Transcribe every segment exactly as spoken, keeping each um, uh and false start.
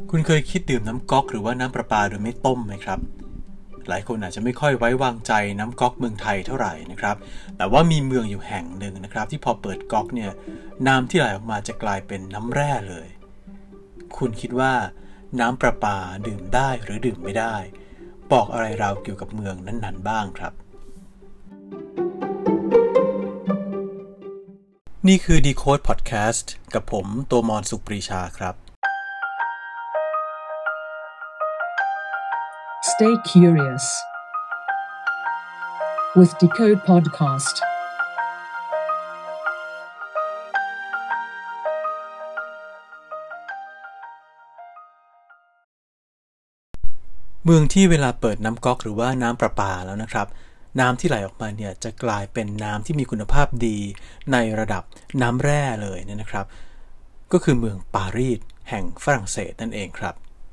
คุณเคยคิดดื่มน้ำก๊อกหรือว่าน้ำประปาโดยไม่ต้มไหมครับหลายคนอาจจะไม่ค่อยไว้วางใจน้ำก๊อกเมืองไทยเท่าไหร่นะครับแต่ว่ามีเมืองอยู่แห่งหนึ่งนะครับที่พอเปิดก๊อกเนี่ยน้ำที่ไหลออกมาจะกลายเป็นน้ำแร่เลยคุณคิดว่าน้ำประปาดื่มได้หรือดื่มไม่ได้บอกอะไรเราเกี่ยวกับเมืองนั้นๆบ้างครับนี่คือ Decode Podcast กับผมโตมร สุขปรีชาครับ Stay curious with Decode Podcast. เมืองที่เวลาเปิดน้ำก๊อกหรือว่าน้ำประปาแล้วนะครับน้ำที่ไหลออกมาเนี่ยจะกลายเป็นน้ำที่มีคุณภาพดีในระดับน้ำแร่เลยนะครับก็คือเมืองปารีสแห่งฝรั่งเศสนั่นเองครับ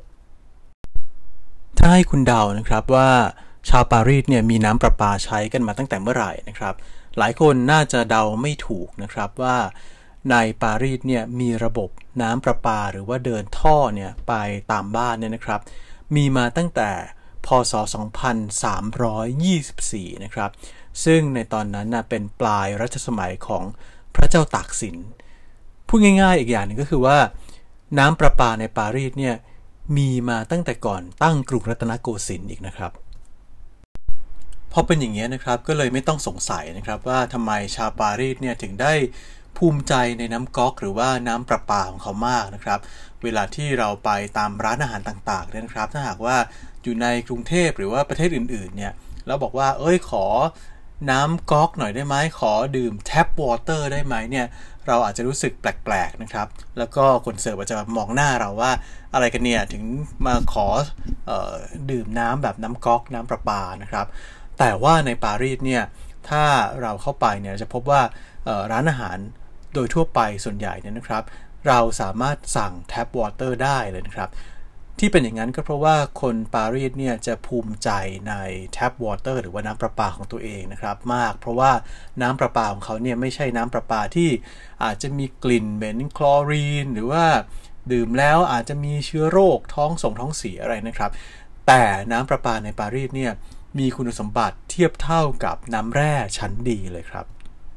ถ้าให้คุณเดานะครับว่าชาวปารีสเนี่ยมีน้ำประปาใช้กันมาตั้งแต่เมื่อไหร่นะครับหลายคนน่าจะเดาไม่ถูกนะครับว่าในปารีสเนี่ยมีระบบน้ำประปาหรือว่าเดินท่อเนี่ยไปตามบ้านเนี่ยนะครับมีมาตั้งแต่พ.ศ. สองพันสามร้อยยี่สิบสี่นะครับซึ่งในตอนนั้นนะเป็นปลายรัชสมัยของพระเจ้าตากสินพูดง่ายๆอีกอย่างนึงก็คือว่าน้ำประปาในปารีสเนี่ยมีมาตั้งแต่ก่อนตั้งกรุงรัตนโกสินทร์อีกนะครับพอเป็นอย่างนี้นะครับก็เลยไม่ต้องสงสัยนะครับว่าทำไมชาวปารีสเนี่ยถึงได้ภูมิใจในน้ำก๊อกหรือว่าน้ำประปาของเขามากนะครับเวลาที่เราไปตามร้านอาหารต่างๆเนี่ยนะครับถ้าหากว่าอยู่ในกรุงเทพหรือว่าประเทศอื่นๆเนี่ยแล้วบอกว่าเอ้ยขอน้ำก๊อกหน่อยได้ไหมขอดื่มแท็บวอเตอร์ได้ไหมเนี่ยเราอาจจะรู้สึกแปลกๆนะครับแล้วก็คนเสิร์ฟอาจจะมองหน้าเราว่าอะไรกันเนี่ยถึงมาขอเอ่อดื่มน้ำแบบน้ำก๊อกน้ำประปานะครับแต่ว่าในปารีสเนี่ยถ้าเราเข้าไปเนี่ยจะพบว่าร้านอาหารโดยทั่วไปส่วนใหญ่เนี่ยนะครับเราสามารถสั่งแท็บวอเตอร์ได้เลยนะครับที่เป็นอย่างนั้นก็เพราะว่าคนปารีสเนี่ยจะภูมิใจในแท็บวอเตอร์หรือว่าน้ำประปาของตัวเองนะครับมากเพราะว่าน้ำประปาของเขาเนี่ยไม่ใช่น้ำประปาที่อาจจะมีกลิ่นเหม็นคลอรีนหรือว่าดื่มแล้วอาจจะมีเชื้อโรคท้องส่งท้องเสียอะไรนะครับแต่น้ำประปาในปารีสเนี่ยมีคุณสมบัติเทียบเท่ากับน้ำแร่ชั้นดีเลยครับ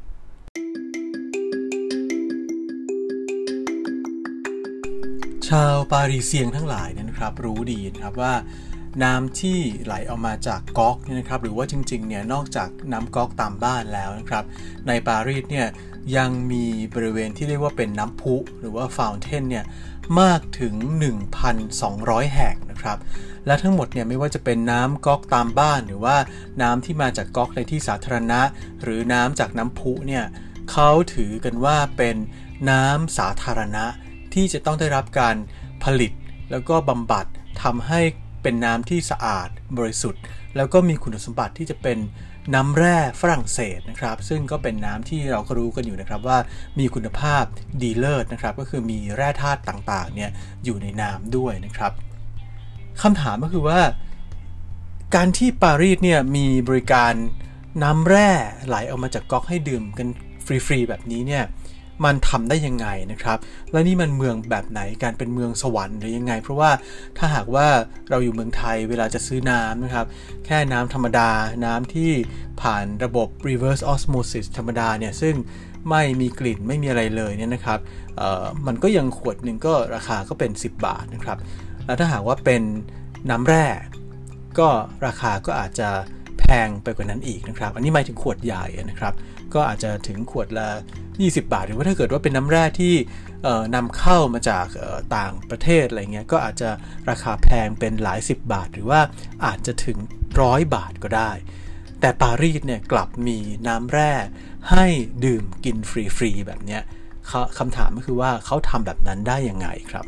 ชาวปารีเซียงทั้งหลายเนี่ยนะครับรู้ดีนะครับว่าน้ำที่ไหลออกมาจากก๊อกเนี่ยนะครับหรือว่าจริงๆเนี่ยนอกจากน้ำก๊อกตามบ้านแล้วนะครับในปารีสเนี่ยยังมีบริเวณที่เรียกว่าเป็นน้ำพุหรือว่าฟาวน์เทนเนี่ยมากถึง หนึ่งพันสองร้อย แห่งนะครับและทั้งหมดเนี่ยไม่ว่าจะเป็นน้ำก๊อกตามบ้านหรือว่าน้ำที่มาจากก๊อกในที่สาธารณะหรือน้ำจากน้ำพุเนี่ยเขาถือกันว่าเป็นน้ำสาธารณะที่จะต้องได้รับการผลิตแล้วก็บำบัดทำให้เป็นน้ำที่สะอาดบริสุทธิ์แล้วก็มีคุณสมบัติที่จะเป็นน้ำแร่ฝรั่งเศสนะครับซึ่งก็เป็นน้ำที่เราก็รู้กันอยู่นะครับว่ามีคุณภาพดีเลิศนะครับก็คือมีแร่ธาตุต่างๆเนี่ยอยู่ในน้ำด้วยนะครับคำถามก็คือว่าการที่ปารีสเนี่ยมีบริการน้ำแร่ไหลออกมาจากก๊อกให้ดื่มกันฟรีๆแบบนี้เนี่ยมันทำได้ยังไงนะครับและนี่มันเมืองแบบไหนการเป็นเมืองสวรรค์หรือยังไงเพราะว่าถ้าหากว่าเราอยู่เมืองไทยเวลาจะซื้อน้ำนะครับแค่น้ำธรรมดาน้ำที่ผ่านระบบ reverse osmosis ธรรมดาเนี่ยซึ่งไม่มีกลิ่นไม่มีอะไรเลยเนี่ยนะครับเอ่อมันก็ยังขวดหนึ่งก็ราคาก็เป็นสิบบาทนะครับแล้วถ้าหากว่าเป็นน้ำแร่ก็ราคาก็อาจจะแพงไปกว่านั้นอีกนะครับอันนี้หมายถึงขวดใหญ่นะครับก็อาจจะถึงขวดละยี่สิบบาทหรือว่าถ้าเกิดว่าเป็นน้ำแร่ที่นำเข้ามาจากต่างประเทศอะไรเงี้ยก็อาจจะราคาแพงเป็นหลายสิบบาทหรือว่าอาจจะถึงร้อยบาทก็ได้แต่ปารีสเนี่ยกลับมีน้ำแร่ให้ดื่มกินฟรีๆแบบเนี้ยคำถามก็คือว่าเขาทำแบบนั้นได้ยังไงครับ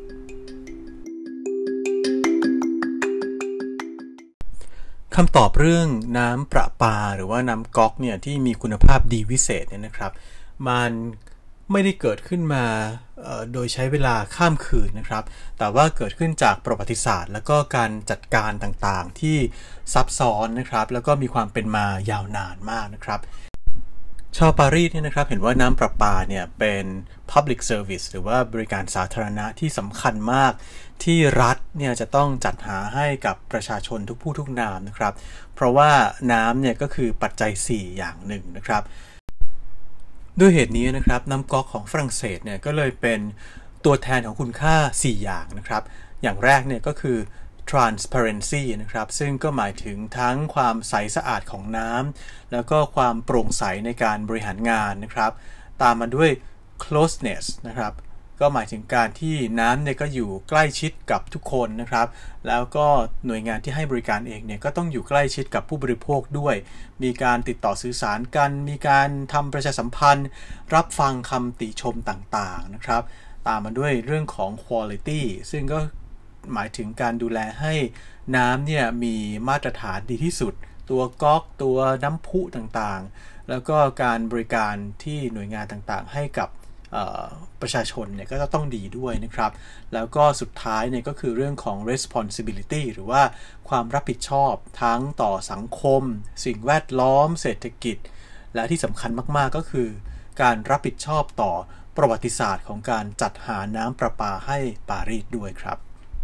คำตอบเรื่องน้ำประปาหรือว่าน้ำก๊อกเนี่ยที่มีคุณภาพดีวิเศษเนี่ยนะครับมันไม่ได้เกิดขึ้นมาโดยใช้เวลาข้ามคืนนะครับแต่ว่าเกิดขึ้นจากประวัติศาสตร์แล้วก็การจัดการต่างๆที่ซับซ้อนนะครับแล้วก็มีความเป็นมายาวนานมากนะครับ ชาวปารีสเนี่ยนะครับเห็นว่าน้ำประปาเนี่ยเป็น Public Service หรือว่าบริการสาธารณะที่สำคัญมากที่รัฐเนี่ยจะต้องจัดหาให้กับประชาชนทุกผู้ทุกนามนะครับเพราะว่าน้ำเนี่ยก็คือปัจจัยสี่อย่างหนึ่งนะครับด้วยเหตุนี้นะครับน้ำก๊อกของฝรั่งเศสเนี่ยก็เลยเป็นตัวแทนของคุณค่าสี่อย่างนะครับอย่างแรกเนี่ยก็คือ transparency นะครับซึ่งก็หมายถึงทั้งความใสสะอาดของน้ำแล้วก็ความโปร่งใสในการบริหารงานนะครับตามมาด้วย closeness นะครับก็หมายถึงการที่น้ำเนี่ยก็อยู่ใกล้ชิดกับทุกคนนะครับแล้วก็หน่วยงานที่ให้บริการเองเนี่ยก็ต้องอยู่ใกล้ชิดกับผู้บริโภคด้วยมีการติดต่อสื่อสารกันมีการทำประชาสัมพันธ์รับฟังคำติชมต่างๆนะครับตามมาด้วยเรื่องของ quality ซึ่งก็หมายถึงการดูแลให้น้ำเนี่ยมีมาตรฐานดีที่สุดตัวก๊อกตัวน้ำพุต่างๆแล้วก็การบริการที่หน่วยงานต่างๆให้กับประชาชนเนี่ยก็ต้องดีด้วยนะครับแล้วก็สุดท้ายเนี่ยก็คือเรื่องของ responsibility หรือว่าความรับผิดชอบทั้งต่อสังคมสิ่งแวดล้อมเศรษฐกิจและที่สำคัญมากๆก็คือการรับผิดชอบต่อประวัติศาสตร์ของการจัดหาน้ำประปาให้ปารีสด้วยครับ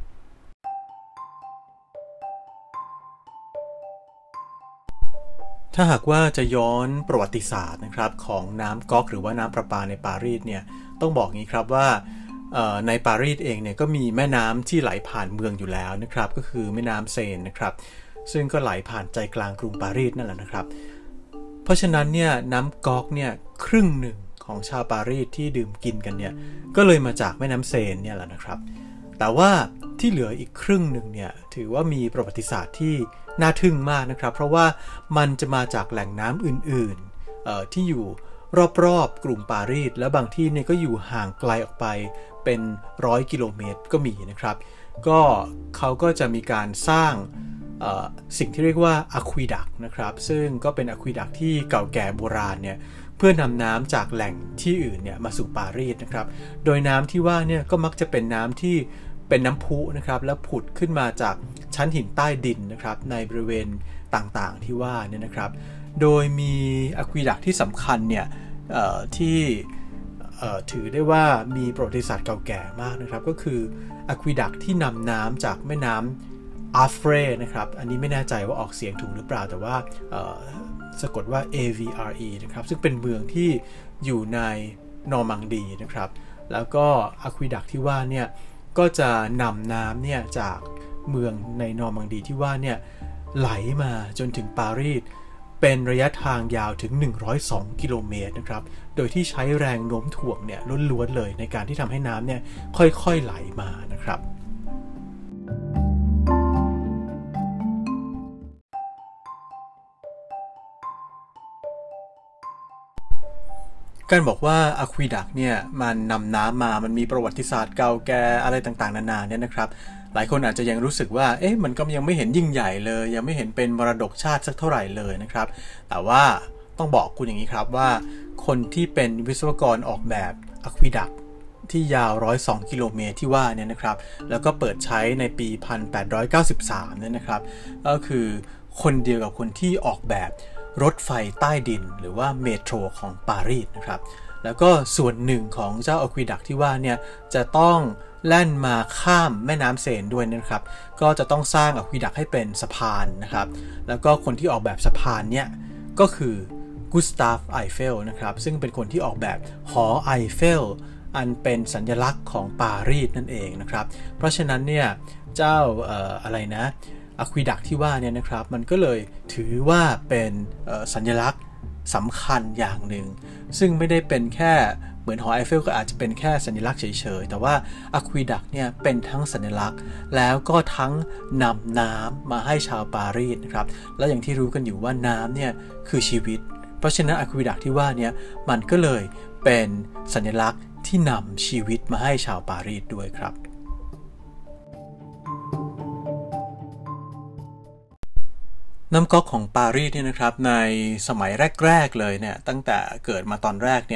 ถ้าหากว่าจะย้อนประวัติศาสตร์นะครับของน้ำก๊อกหรือว่าน้ำประปาในปารีสเนี่ยต้องบอกงี้ครับว่าในปารีสเองเนี่ยก็มีแม่น้ำที่ไหลผ่านเมืองอยู่แล้วนะครับก็คือแม่น้ำเซนนะครับซึ่งก็ไหลผ่านใจกลางกรุงปารีสนั่นแหละนะครับเพราะฉะนั้นเนี่ยน้ำก๊อกเนี่ยครึ่งหนึ่งของชาวปารีสที่ดื่มกินกันเนี่ยก็เลยมาจากแม่น้ำเซนเนี่ยแหละนะครับแต่ว่าที่เหลืออีกครึ่งหนึ่งเนี่ยถือว่ามีประวัติศาสตร์ที่น่าทึ่งมากนะครับเพราะว่ามันจะมาจากแหล่งน้ำอื่นๆเอ่อที่อยู่รอบๆกรุงปารีสและบางที่เนี่ยก็อยู่ห่างไกลออกไปเป็นร้อยกิโลเมตรก็มีนะครับก็เขาก็จะมีการสร้างเอ่อสิ่งที่เรียกว่าอะควิดักนะครับซึ่งก็เป็นอะควิดักที่เก่าแก่โบราณเนี่ยเพื่อนำน้ำจากแหล่งที่อื่นเนี่ยมาสู่ปารีสนะครับโดยน้ำที่ว่าเนี่ยก็มักจะเป็นน้ำที่เป็นน้ำพุนะครับแล้วผุดขึ้นมาจากชั้นหินใต้ดินนะครับในบริเวณต่างๆที่ว่าเนี่ยนะครับโดยมีอะควิดักที่สำคัญเนี่ยที่ถือได้ว่ามีประวัติศาสตร์เก่าแก่มากนะครับก็คืออะควิดักที่นำน้ำจากแม่น้ำอาร์เฟรนะครับอันนี้ไม่แน่ใจว่าออกเสียงถูกหรือเปล่าแต่ว่าสะกดว่า เอ วี อาร์ อี นะครับซึ่งเป็นเมืองที่อยู่ในนอร์มังดีนะครับแล้วก็อะควิดักที่ว่าเนี่ยก็จะนำน้ำเนี่ยจากเมืองในนอร์มังดีที่ว่าเนี่ยไหลมาจนถึงปารีสเป็นระยะทางยาวถึงหนึ่งร้อยสองกิโลเมตรนะครับโดยที่ใช้แรงโน้มถ่วงเนี่ยล้วนๆเลยในการที่ทำให้น้ำเนี่ยค่อยๆไหลมานะครับการบอกว่าอะควิดักเนี่ยมันนำน้ำมามันมีประวัติศาสตร์เก่าแก่อะไรต่างๆนานาเนี่ยนะครับหลายคนอาจจะยังรู้สึกว่าเอ๊ะมันก็ยังไม่เห็นยิ่งใหญ่เลยยังไม่เห็นเป็นมรดกชาติสักเท่าไหร่เลยนะครับแต่ว่าต้องบอกคุณอย่างนี้ครับว่าคนที่เป็นวิศวกรออกแบบอะควิดักที่ยาวหนึ่งร้อยสองกิโลเมตรที่ว่าเนี่ยนะครับแล้วก็เปิดใช้ในปีหนึ่งพันแปดร้อยเก้าสิบสามเนี่ยนะครับก็คือคนเดียวกับคนที่ออกแบบรถไฟใต้ดินหรือว่าเมโทรของปารีสนะครับแล้วก็ส่วนหนึ่งของเจ้าอะควิดักที่ว่าเนี่ยจะต้องแล่นมาข้ามแม่น้ำเซนด้วยนะครับก็จะต้องสร้างอะควิดักให้เป็นสะพานนะครับแล้วก็คนที่ออกแบบสะพานเนี่ยก็คือกุสตาฟไอเฟลนะครับซึ่งเป็นคนที่ออกแบบหอไอเฟลอันเป็นสัญลักษณ์ของปารีสนั่นเองนะครับเพราะฉะนั้นเนี่ยเจ้าเอ่ออะไรนะอะควิดักที่ว่าเนี่ยนะครับมันก็เลยถือว่าเป็นสัญลักษณ์สำคัญอย่างหนึ่งซึ่งไม่ได้เป็นแค่เหมือนหอไอเฟลก็อาจจะเป็นแค่สัญลักษณ์เฉยๆแต่ว่าอะควิดักเนี่ยเป็นทั้งสัญลักษณ์แล้วก็ทั้งนำน้ำมาให้ชาวปารีสนะครับและอย่างที่รู้กันอยู่ว่าน้ำเนี่ยคือชีวิตเพราะฉะนั้นอะควิดักที่ว่าเนี่ยมันก็เลยเป็นสัญลักษณ์ที่นำชีวิตมาให้ชาวปารีสด้วยครับน้ำก๊อกของปารีสเนี่ยนะครับในสมัยแรกๆเลยเนี่ยตั้งแต่เกิดมาตอนแรกเนี่ย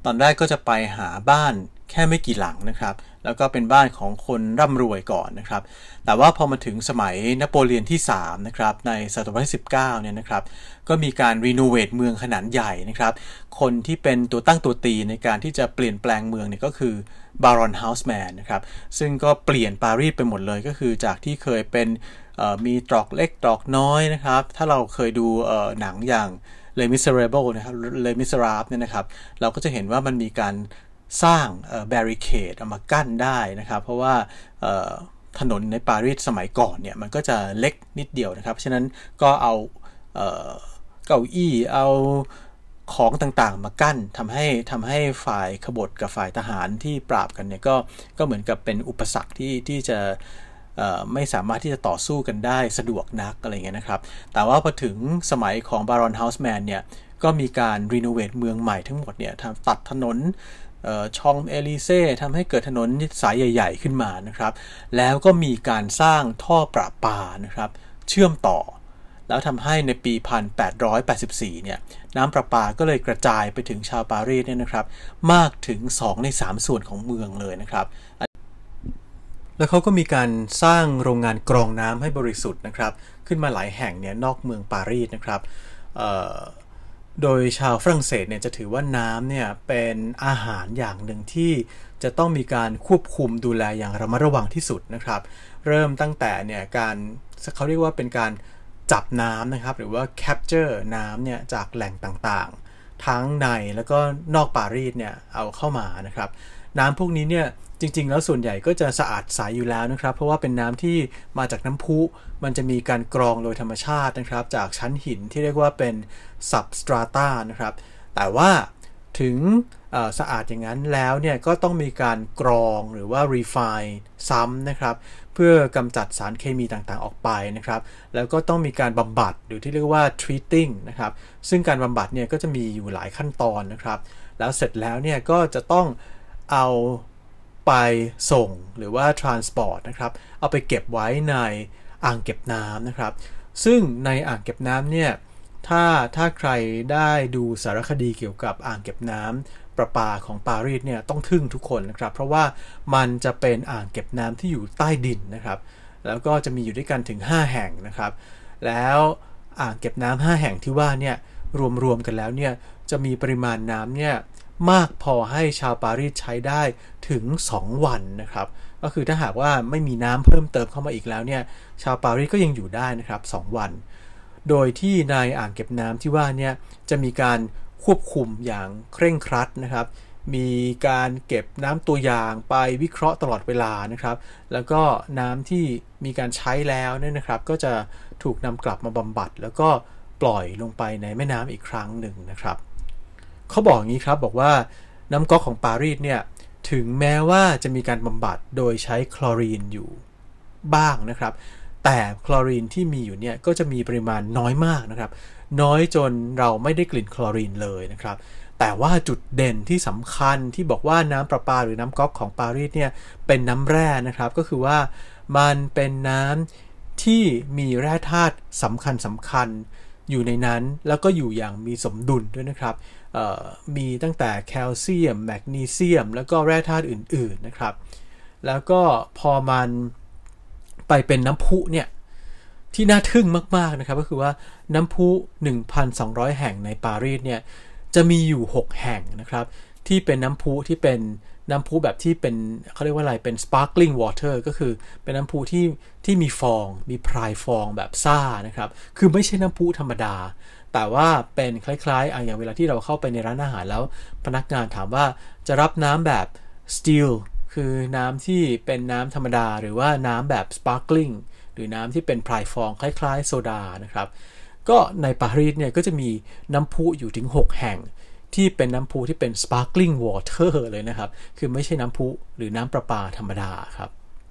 ตอนแรกก็จะไปหาบ้านแค่ไม่กี่หลังนะครับแล้วก็เป็นบ้านของคนร่ำรวยก่อนนะครับแต่ว่าพอมาถึงสมัยนโปเลียนที่สามนะครับในศตวรรษที่สิบเก้าเนี่ยนะครับก็มีการรีโนเวทเมืองขนาดใหญ่นะครับคนที่เป็นตัวตั้งตัวตีในการที่จะเปลี่ยนแปลงเมืองเนี่ยก็คือบารอนเฮาส์แมนนะครับซึ่งก็เปลี่ยนปารีสไปหมดเลยก็คือจากที่เคยเป็นมีตรอกเล็กตรอกน้อยนะครับถ้าเราเคยดูหนังอย่าง Les Miserables นะครับ Les Miserables เนี่ยนะครับเราก็จะเห็นว่ามันมีการสร้างแบริเคดเอามากั้นได้นะครับเพราะว่าถนนในปารีสสมัยก่อนเนี่ยมันก็จะเล็กนิดเดียวนะครับฉะนั้นก็เอาเอ่อเก้าอี้เอาของต่างๆมากั้นทำให้ทำให้ฝ่ายขบฏกับฝ่ายทหารที่ปราบกันเนี่ยก็ก็เหมือนกับเป็นอุปสรรคที่ที่จะไม่สามารถที่จะต่อสู้กันได้สะดวกนักอะไรเงี้ยนะครับแต่ว่าพอถึงสมัยของบารอนเฮาส์แมนเนี่ยก็มีการรีโนเวทเมืองใหม่ทั้งหมดเนี่ยตัดถนนชองเอลิเซ่ทำให้เกิดถนนสายใหญ่ๆขึ้นมานะครับแล้วก็มีการสร้างท่อประปานะครับเชื่อมต่อแล้วทำให้ในปี หนึ่งพันแปดร้อยแปดสิบสี่ เนี่ยน้ำประปาก็เลยกระจายไปถึงชาวปารีสเนี่ยนะครับมากถึงสองในสามส่วนของเมืองเลยนะครับแล้วเขาก็มีการสร้างโรงงานกรองน้ำให้บริสุทธิ์นะครับขึ้นมาหลายแห่งเนี่ยนอกเมืองปารีสนะครับโดยชาวฝรั่งเศสเนี่ยจะถือว่าน้ำเนี่ยเป็นอาหารอย่างหนึ่งที่จะต้องมีการควบคุมดูแลอย่างระมัดระวังที่สุดนะครับเริ่มตั้งแต่เนี่ยการเขาเรียกว่าเป็นการจับน้ำนะครับหรือว่า capture น้ำเนี่ยจากแหล่งต่างๆทั้งในแล้วก็นอกปารีสเนี่ยเอาเข้ามานะครับน้ำพวกนี้เนี่ยจริงๆแล้วส่วนใหญ่ก็จะสะอาดใสอยู่แล้วนะครับเพราะว่าเป็นน้ำที่มาจากน้ำพุมันจะมีการกรองโดยธรรมชาตินะครับจากชั้นหินที่เรียกว่าเป็น substrata นะครับแต่ว่าถึงสะอาดอย่างนั้นแล้วเนี่ยก็ต้องมีการกรองหรือว่า refine ซ้ำนะครับเพื่อกำจัดสารเคมีต่างๆออกไปนะครับแล้วก็ต้องมีการบำบัดหรือที่เรียกว่า treating นะครับซึ่งการบำบัดเนี่ยก็จะมีอยู่หลายขั้นตอนนะครับแล้วเสร็จแล้วเนี่ยก็จะต้องเอาไปส่งหรือว่า transport นะครับเอาไปเก็บไว้ในอ่างเก็บน้ำนะครับซึ่งในอ่างเก็บน้ำเนี่ยถ้าถ้าใครได้ดูสารคดีเกี่ยวกับอ่างเก็บน้ำประปาของปารีสเนี่ยต้องทึ่งทุกคนนะครับเพราะว่ามันจะเป็นอ่างเก็บน้ำที่อยู่ใต้ดินนะครับแล้วก็จะมีอยู่ด้วยกันถึงห้าแห่งนะครับแล้วอ่างเก็บน้ำห้าแห่งที่ว่าเนี่ยรวมๆกันแล้วเนี่ยจะมีปริมาณน้ำเนี่ยมากพอให้ชาวปารีสใช้ได้ถึงสองวันนะครับก็คือถ้าหากว่าไม่มีน้ำเพิ่มเติมเข้ามาอีกแล้วเนี่ยชาวปารีสก็ยังอยู่ได้นะครับสองวันโดยที่ในอ่างเก็บน้ำที่ว่าเนี่ยจะมีการควบคุมอย่างเคร่งครัดนะครับมีการเก็บน้ำตัวอย่างไปวิเคราะห์ตลอดเวลานะครับแล้วก็น้ำที่มีการใช้แล้วเนี่ยนะครับก็จะถูกนำกลับมาบำบัดแล้วก็ปล่อยลงไปในแม่น้ำอีกครั้งหนึ่งนะครับเขาบอกอย่างนี้ครับบอกว่าน้ำก๊อกของปารีสเนี่ยถึงแม้ว่าจะมีการบำบัดโดยใช้คลอรีนอยู่บ้างนะครับแต่คลอรีนที่มีอยู่เนี่ยก็จะมีปริมาณน้อยมากนะครับน้อยจนเราไม่ได้กลิ่นคลอรีนเลยนะครับแต่ว่าจุดเด่นที่สำคัญที่บอกว่าน้ำประปาหรือน้ำก๊อกของปารีสเนี่ยเป็นน้ำแร่นะครับก็คือว่ามันเป็นน้ำที่มีแร่ธาตุสำคัญสำคัญอยู่ในนั้นแล้วก็อยู่อย่างมีสมดุลด้วยนะครับมีตั้งแต่แคลเซียมแมกนีเซียมแล้วก็แร่ธาตุอื่นๆนะครับแล้วก็พอมันไปเป็นน้ำพุเนี่ยที่น่าทึ่งมากๆนะครับก็คือว่าน้ำพุ หนึ่งพันสองร้อย แห่งในปารีสเนี่ยจะมีอยู่หกแห่งนะครับที่เป็นน้ำพุที่เป็นน้ำพุแบบที่เป็นเขาเรียกว่าอะไรเป็น sparkling water ก็คือเป็นน้ำพุที่ที่มีฟองมีพรายฟองแบบซ่านะครับคือไม่ใช่น้ำพุธรรมดาแต่ว่าเป็นคล้ายๆอย่างเวลาที่เราเข้าไปในร้านอาหารแล้วพนักงานถามว่าจะรับน้ำแบบ still คือน้ำที่เป็นน้ำธรรมดาหรือว่าน้ำแบบ sparkling หรือน้ำที่เป็นพรายฟองคล้ายๆโซดานะครับก็ในปารีสเนี่ยก็จะมีน้ำพุอยู่ถึงหกแห่งที่เป็นน้ำพุที่เป็น sparkling water เลยนะครับคือไม่ใช่น้ำพุหรือน้ำประปาธรรมดาครับ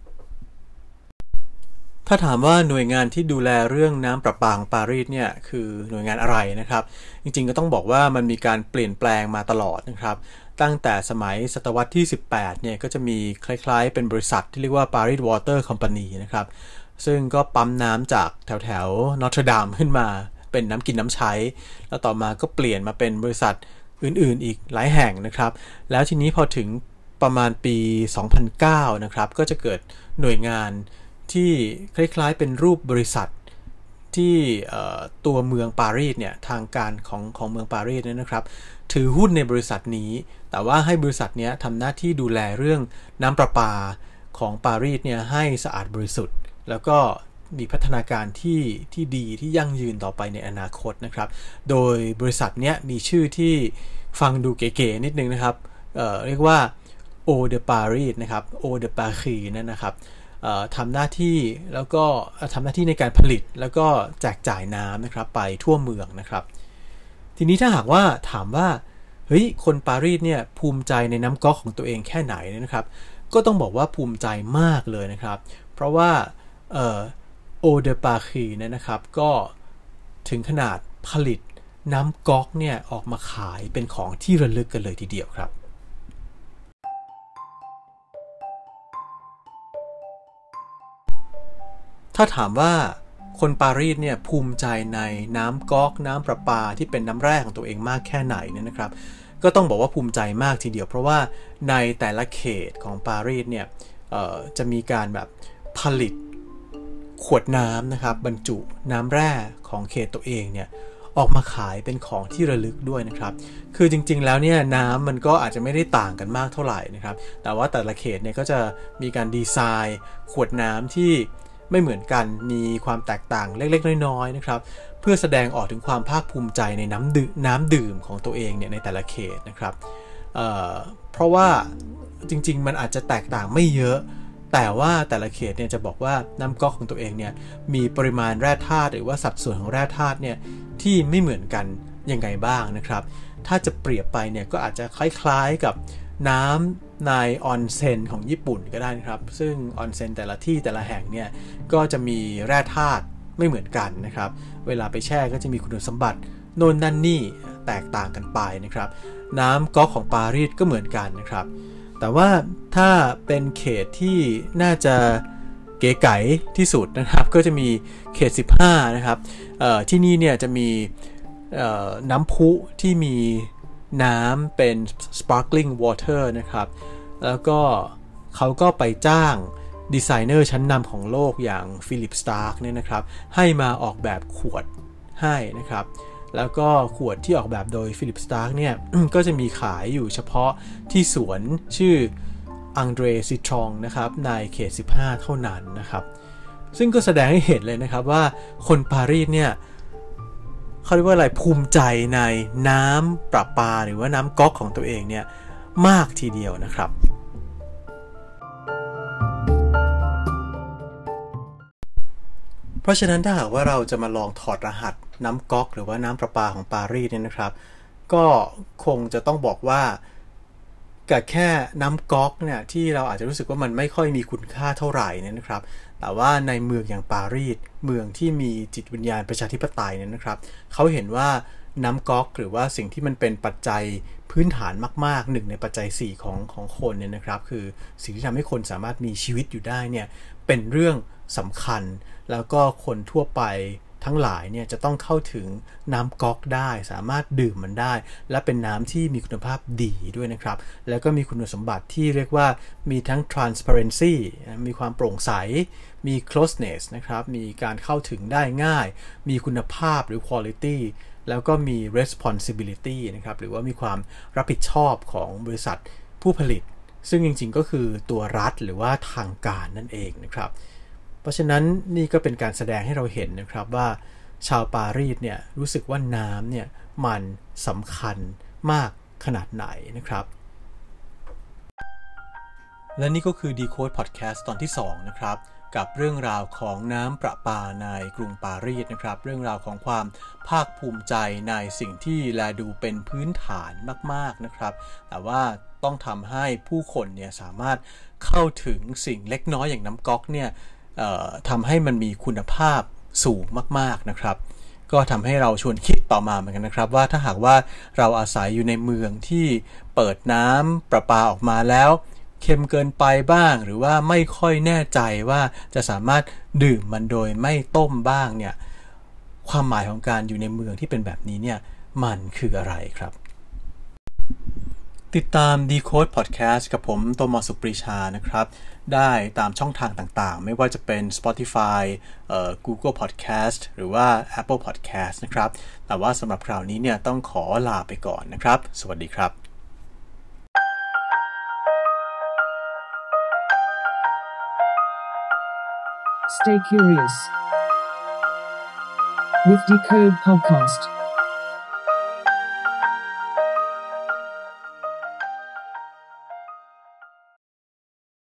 ถ้าถามว่าหน่วยงานที่ดูแลเรื่องน้ำประปาของปารีสเนี่ยคือหน่วยงานอะไรนะครับจริงๆก็ต้องบอกว่ามันมีการเปลี่ยนแปลงมาตลอดนะครับตั้งแต่สมัยศตวรรษที่สิบแปดเนี่ยก็จะมีคล้ายๆเป็นบริษัทที่เรียกว่า Paris Water Company นะครับซึ่งก็ปั๊มน้ำจากแถวๆนอตเทอร์ดามขึ้นมาเป็นน้ำกินน้ำใช้แล้วต่อมาก็เปลี่ยนมาเป็นบริษัทอื่นๆอีกหลายแห่งนะครับแล้วทีนี้พอถึงประมาณปีสองพันเก้านะครับก็จะเกิดหน่วยงานที่คล้ายๆเป็นรูปบริษัทที่ตัวเมืองปารีสเนี่ยทางการของของเมืองปารีสเนี่ยนะครับถือหุ้นในบริษัทนี้แต่ว่าให้บริษัทนี้ทำหน้าที่ดูแลเรื่องน้ำประปาของปารีสเนี่ยให้สะอาดบริสุทธิ์แล้วก็มีพัฒนาการที่ที่ดีที่ยั่งยืนต่อไปในอนาคตนะครับโดยบริษัทเนี้ยมีชื่อที่ฟังดูเก๋ๆนิดนึงนะครับ เอ่อ เรียกว่า Eau de Paris นะครับ Eau de Paris นั่นนะครับทำหน้าที่แล้วก็ทำหน้าที่ในการผลิตแล้วก็แจกจ่ายน้ำนะครับไปทั่วเมืองนะครับทีนี้ถ้าหากว่าถามว่าเฮ้ยคนปารีสเนี่ยภูมิใจในน้ำก๊อกของตัวเองแค่ไหนนะครับก็ต้องบอกว่าภูมิใจมากเลยนะครับเพราะว่าเอ่อ Eau de Paris เนี่ยนะครับก็ถึงขนาดผลิตน้ำก๊อกเนี่ยออกมาขายเป็นของที่ระลึกกันเลยทีเดียวครับถ้าถามว่าคนปารีสเนี่ยภูมิใจในน้ำก๊อกน้ำประปาที่เป็นน้ำแร่ของตัวเองมากแค่ไหนเนี่ยนะครับก็ต้องบอกว่าภูมิใจมากทีเดียวเพราะว่าในแต่ละเขตของปารีสเนี่ยจะมีการแบบผลิตขวดน้ำนะครับบรรจุน้ำแร่ของเขตตัวเองเนี่ยออกมาขายเป็นของที่ระลึกด้วยนะครับคือจริงๆแล้วเนี่ยน้ำมันก็อาจจะไม่ได้ต่างกันมากเท่าไหร่นะครับแต่ว่าแต่ละเขตเนี่ยก็จะมีการดีไซน์ขวดน้ำที่ไม่เหมือนกันมีความแตกต่างเล็กๆน้อยๆนะครับเพื่อแสดงออกถึงความภาคภูมิใจในน้ำดื่มน้ำดื่มของตัวเองเนี่ยในแต่ละเขตนะครับเอ่อเพราะว่าจริงๆมันอาจจะแตกต่างไม่เยอะแต่ว่าแต่ละเขตเนี่ยจะบอกว่าน้ำก๊อกของตัวเองเนี่ยมีปริมาณแร่ธาตุหรือว่าสัดส่วนของแร่ธาตุเนี่ยที่ไม่เหมือนกันยังไงบ้างนะครับถ้าจะเปรียบไปเนี่ยก็อาจจะคล้ายๆกับน้ำในออนเซ็นของญี่ปุ่นก็ได้นะครับซึ่งออนเซ็นแต่ละที่แต่ละแห่งเนี่ยก็จะมีแร่ธาตุไม่เหมือนกันนะครับเวลาไปแช่ก็จะมีคุณสมบัติโน่นนั่นนี่แตกต่างกันไปนะครับน้ำก๊อกของปารีสก็เหมือนกันนะครับแต่ว่าถ้าเป็นเขตที่น่าจะเก๋ไก๋ที่สุดนะครับก็จะมีเขตสิบห้านะครับที่นี่เนี่ยจะมีน้ำพุที่มีน้ำเป็น sparkling water นะครับแล้วก็เขาก็ไปจ้างดีไซเนอร์ชั้นนำของโลกอย่างฟิลิปสตาร์กเนี่ยนะครับให้มาออกแบบขวดให้นะครับแล้วก็ขวดที่ออกแบบโดยฟิลิปสตาร์กเนี่ย ก็จะมีขายอยู่เฉพาะที่สวนชื่ออังเดรซิทรองนะครับในเขตสิบห้าเท่านั้นนะครับซึ่งก็แสดงให้เห็นเลยนะครับว่าคนปารีสเนี่ยเขาเรียกว่าอะไรภูมิใจในน้ำประปาหรือว่าน้ำก๊อกของตัวเองเนี่ยมากทีเดียวนะครับเพราะฉะนั้นถ้าหากว่าเราจะมาลองถอดรหัสน้ำก๊อกหรือว่าน้ำประปาของปารีสเนี่ยนะครับก็คงจะต้องบอกว่ากับแค่น้ำก๊อกเนี่ยที่เราอาจจะรู้สึกว่ามันไม่ค่อยมีคุณค่าเท่าไหร่เนี่ยนะครับแต่ว่าในเมืองอย่างปารีสเมืองที่มีจิตวิญญาณประชาธิปไตยเนี่ยนะครับเขาเห็นว่าน้ำก๊อกหรือว่าสิ่งที่มันเป็นปัจจัยพื้นฐานมากๆหนึ่งในปัจจัยสี่ของของคนเนี่ยนะครับคือสิ่งที่ทำให้คนสามารถมีชีวิตอยู่ได้เนี่ยเป็นเรื่องสำคัญแล้วก็คนทั่วไปทั้งหลายเนี่ยจะต้องเข้าถึงน้ำก๊อกได้สามารถดื่มมันได้และเป็นน้ำที่มีคุณภาพดีด้วยนะครับแล้วก็มีคุณสมบัติที่เรียกว่ามีทั้ง transparency มีความโปร่งใสมี closeness นะครับมีการเข้าถึงได้ง่ายมีคุณภาพหรือ quality แล้วก็มี responsibility นะครับหรือว่ามีความรับผิดชอบของบริษัทผู้ผลิตซึ่งจริงๆก็คือตัวรัฐหรือว่าทางการนั่นเองนะครับเพราะฉะนั้นนี่ก็เป็นการแสดงให้เราเห็นนะครับว่าชาวปารีสเนี่ยรู้สึกว่าน้ำเนี่ยมันสำคัญมากขนาดไหนนะครับและนี่ก็คือ Decode Podcast ตอนที่สองนะครับกับเรื่องราวของน้ำประปาในกรุงปารีสนะครับเรื่องราวของความภาคภูมิใจในสิ่งที่แลดูเป็นพื้นฐานมากๆนะครับแต่ว่าต้องทำให้ผู้คนเนี่ยสามารถเข้าถึงสิ่งเล็กน้อยอย่างน้ำก๊อกเนี่ยทำให้มันมีคุณภาพสูงมากๆนะครับก็ทำให้เราชวนคิดต่อมาเหมือนกันนะครับว่าถ้าหากว่าเราอาศัยอยู่ในเมืองที่เปิดน้ำประปาออกมาแล้วเค็มเกินไปบ้างหรือว่าไม่ค่อยแน่ใจว่าจะสามารถดื่มมันโดยไม่ต้มบ้างเนี่ยความหมายของการอยู่ในเมืองที่เป็นแบบนี้เนี่ยมันคืออะไรครับติดตาม Decode Podcast กับผมโตมอสุปรีชานะครับได้ตามช่องทางต่างๆไม่ว่าจะเป็น Spotify เอ่อ Google Podcast หรือว่า Apple Podcast นะครับแต่ว่าสำหรับคราวนี้เนี่ยต้องขอลาไปก่อนนะครับสวัสดีครับ Stay curious with Decode Podcast.